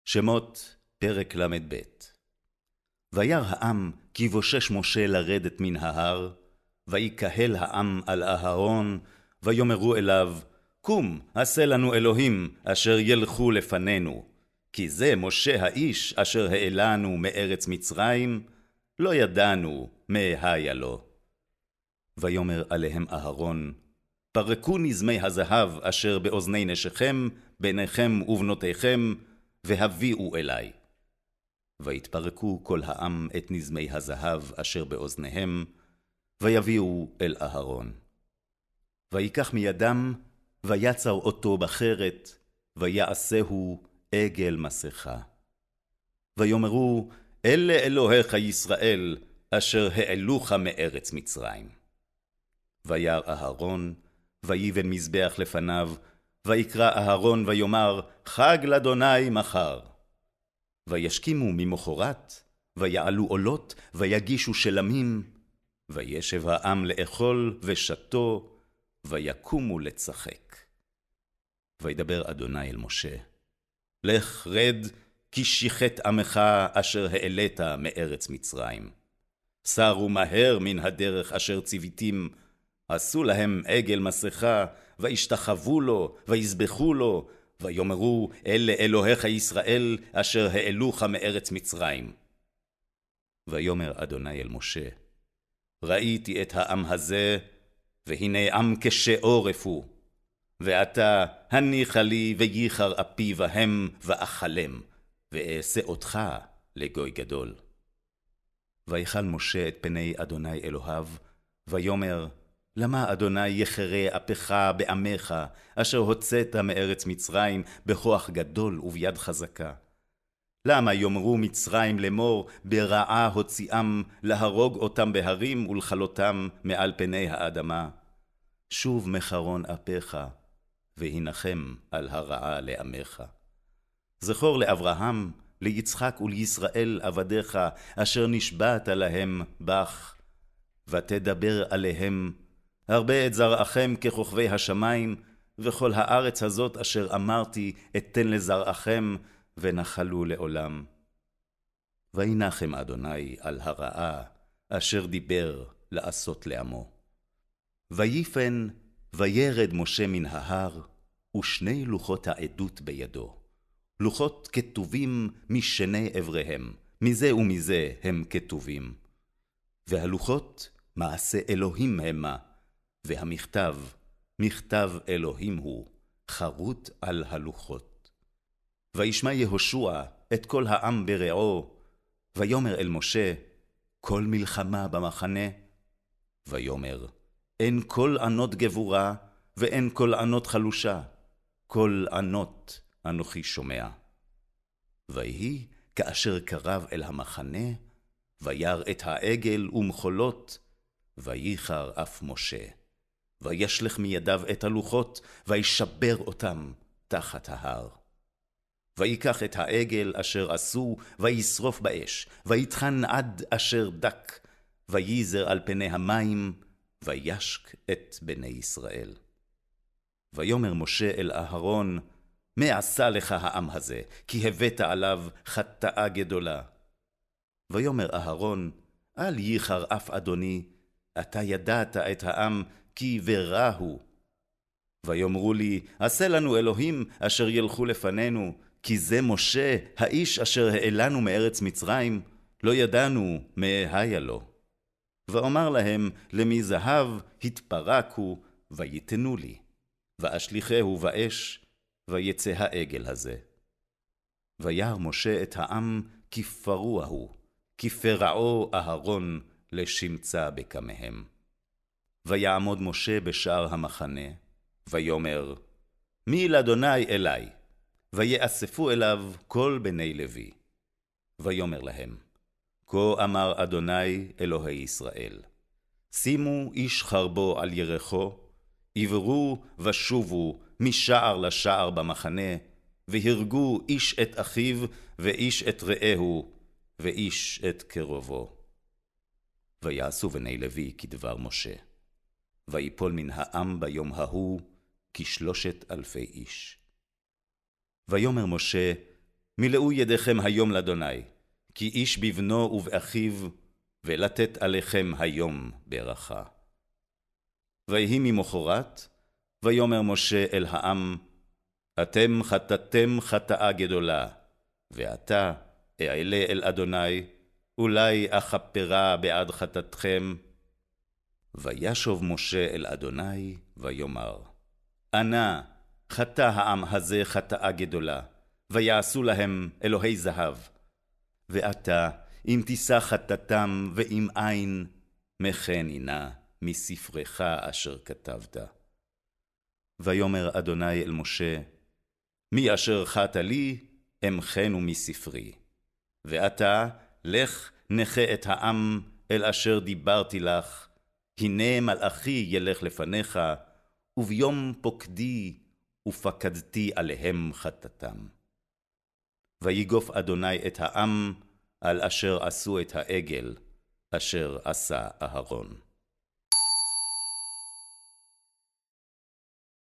שמות פרק ל"ב. וירא העם כי בושש משה לרדת מן ההר, ויקהל העם על אהרון, ויאמרו אליו, קום, עשה לנו אלוהים אשר ילכו לפנינו, כי זה משה האיש אשר העלנו מארץ מצרים, לא ידענו מה היה לו. ויאמר עליהם אהרון, פרקו נזמי הזהב אשר באוזני נשיכם, בניכם ובנותיכם, והביאו אלי. ויתפרקו כל העם את נזמי הזהב אשר באוזניהם, ויביאו אל אהרון. ויקח מידם, ויצר אותו בחרת, ויעשהו עגל מסכה. ויאמרו, אלה אלוהיך ישראל, אשר העלוך מארץ מצרים. וירא אהרון, ויבן מזבח לפניו, ויקרא אהרון ויאמר, חג לאדוני מחר. וישכימו ממחרת, ויעלו עולות, ויגישו שלמים, וישב העם לאכול ושתו, ויקומו לצחק. וידבר אדוני אל משה, לך רד, כי שיחת עמך אשר העלית מארץ מצרים. סרו מהר מן הדרך אשר ציוויתים, עשו להם עגל מסכה, וישתחוו לו, ויזבחו לו, ויאמרו, אלה אלוהיך ישראל, אשר העלוך מארץ מצרים. ויאמר אדוני אל משה, ראיתי את העם הזה, והנה עם כשעורף הוא, ועתה הניחה לי וייחר אפי בהם ואכלם, ואעשה אותך לגוי גדול. ויחל משה את פני אדוני אלוהיו, ויאמר, למה אדוני יחרה אפך בעמך, אשר הוצאת מארץ מצרים בכוח גדול וביד חזקה? למה יאמרו מצרים לאמור, ברעה הוציאם, להרוג אותם בהרים ולכלותם מעל פני האדמה? שוב מחרון אפיך, והנחם על הרעה לעמך. זכור לאברהם, ליצחק ולישראל עבדיך, אשר נשבעת להם בך, ותדבר עליהם, הרבה את זרעכם ככוכבי השמיים, וכל הארץ הזאת אשר אמרתי אתן לזרעכם, ונחלו לעולם. וינחם אדוני על הרעה אשר דיבר לעשות לעמו. ויפן וירד משה מן ההר, ושני לוחות העדות בידו, לוחות כתובים משני עבריהם, מזה ומזה הם כתובים. והלוחות מעשה אלוהים המה, והמכתב, מכתב אלוהים הוא, חרוט על הלוחות. וישמע יהושע את כל העם ברעו, ויאמר אל משה, כל מלחמה במחנה? ויאמר, אין כל ענות גבורה, ואין כל ענות חלושה, כל ענות אנוכי שומע. ויהי כאשר קרב אל המחנה, וירא את העגל ומחולות, וייחר אף משה. וישלך מידיו את הלוחות, וישבר אותם תחת ההר. ויקח את העגל אשר עשו, וישרוף באש, ויטחן עד אשר דק, וייזר על פני המים, וישק את בני ישראל. ויאמר משה אל אהרון, מה עשה לך העם הזה, כי הבאת עליו חטאה גדולה? ויאמר אהרון, אל ייחר אף אדוני, אתה ידעת את העם, כי ורע הוא. ויאמרו לי, עשה לנו אלוהים אשר ילכו לפנינו, כי זה משה, האיש אשר העלנו מארץ מצרים, לא ידענו מה היה לו. ואומר להם, למי זהב התפרקו, ויתנו לי, ואשליחהו באש, ויצא העגל הזה. וירא משה את העם כפרוע הוא, כפרעו אהרון לשמצה בקמיהם. ויעמוד משה בשער המחנה, ויאמר, מי לאדוני אלי? ויאספו אליו כל בני לוי. ויאמר להם, כה אמר אדוני אלוהי ישראל, שימו איש חרבו על ירחו, עברו ושובו משער לשער במחנה, והרגו איש את אחיו, ואיש את רעהו, ואיש את קרובו. ויעשו בני לוי כדבר משה. ויפול מן העם ביום ההוא כ3,000 איש. ויאמר משה, מילאו ידיכם היום לאדוני, כי איש בבנו ובאחיו, ולתת עליכם היום ברכה. ויהי ממחרת, ויאמר משה אל העם, אתם חטאתם חטאה גדולה, ועתה אעלה אל אדוני, אולי אכפרה בעד חטאתכם. וישוב משה אל אדוני, ויאמר, אנא חטא העם הזה חטאה גדולה, ויעשו להם אלוהי זהב. ועתה, אם תישא חטאתם ואם אין, מחני נא מספרך אשר כתבת. ויאמר אדוני אל משה, מי אשר חטא לי, אמחנו מספרי. ועתה, לך נחה את העם אל אשר דיברתי לך, הנה מלאכי ילך לפניך, וביום פוקדי ופקדתי עליהם חטאתם. ויגוף אדוני את העם על אשר עשו את העגל, אשר עשה אהרון.